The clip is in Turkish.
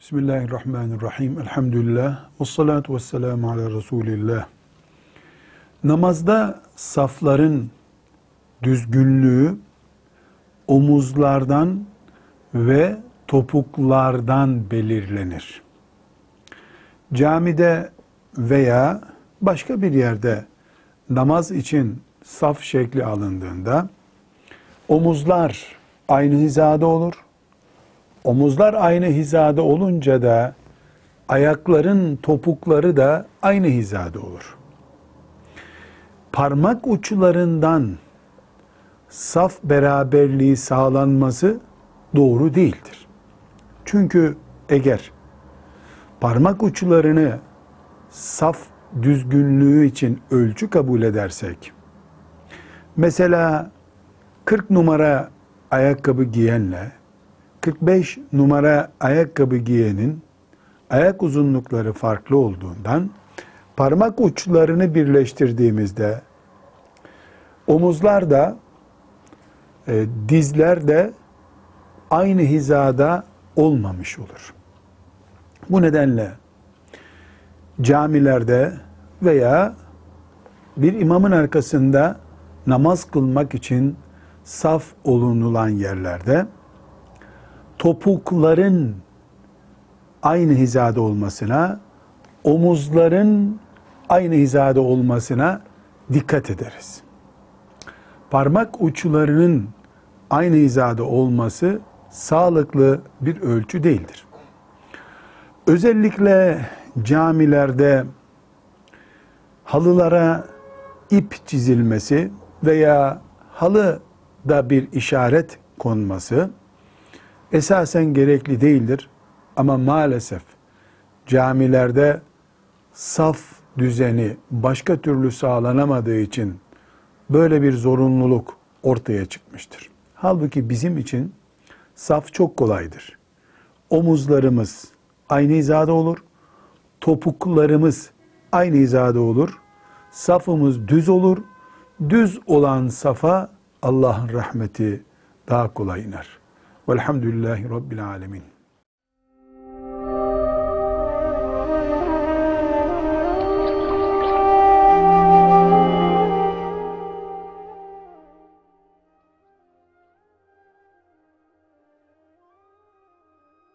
Bismillahirrahmanirrahim. Elhamdülillah. Vessalatu vesselamu ala Resulillah. Namazda safların düzgünlüğü omuzlardan ve topuklardan belirlenir. Camide veya başka bir yerde namaz için saf şekli alındığında omuzlar aynı hizada olur. Omuzlar aynı hizada olunca da ayakların topukları da aynı hizada olur. Parmak uçlarından saf beraberliği sağlanması doğru değildir. Çünkü eğer parmak uçlarını saf düzgünlüğü için ölçü kabul edersek, mesela 40 numara ayakkabı giyenle 45 numara ayakkabı giyenin ayak uzunlukları farklı olduğundan parmak uçlarını birleştirdiğimizde omuzlar da dizler de aynı hizada olmamış olur. Bu nedenle camilerde veya bir imamın arkasında namaz kılmak için saf olunulan yerlerde topukların aynı hizada olmasına, omuzların aynı hizada olmasına dikkat ederiz. Parmak uçlarının aynı hizada olması sağlıklı bir ölçü değildir. Özellikle camilerde halılara ip çizilmesi veya halıda bir işaret konması esasen gerekli değildir. Ama maalesef camilerde saf düzeni başka türlü sağlanamadığı için böyle bir zorunluluk ortaya çıkmıştır. Halbuki bizim için saf çok kolaydır. Omuzlarımız aynı hizada olur, topuklarımız aynı hizada olur, safımız düz olur. Düz olan safa Allah'ın rahmeti daha kolay iner. Velhamdülillahi Rabbil alemin.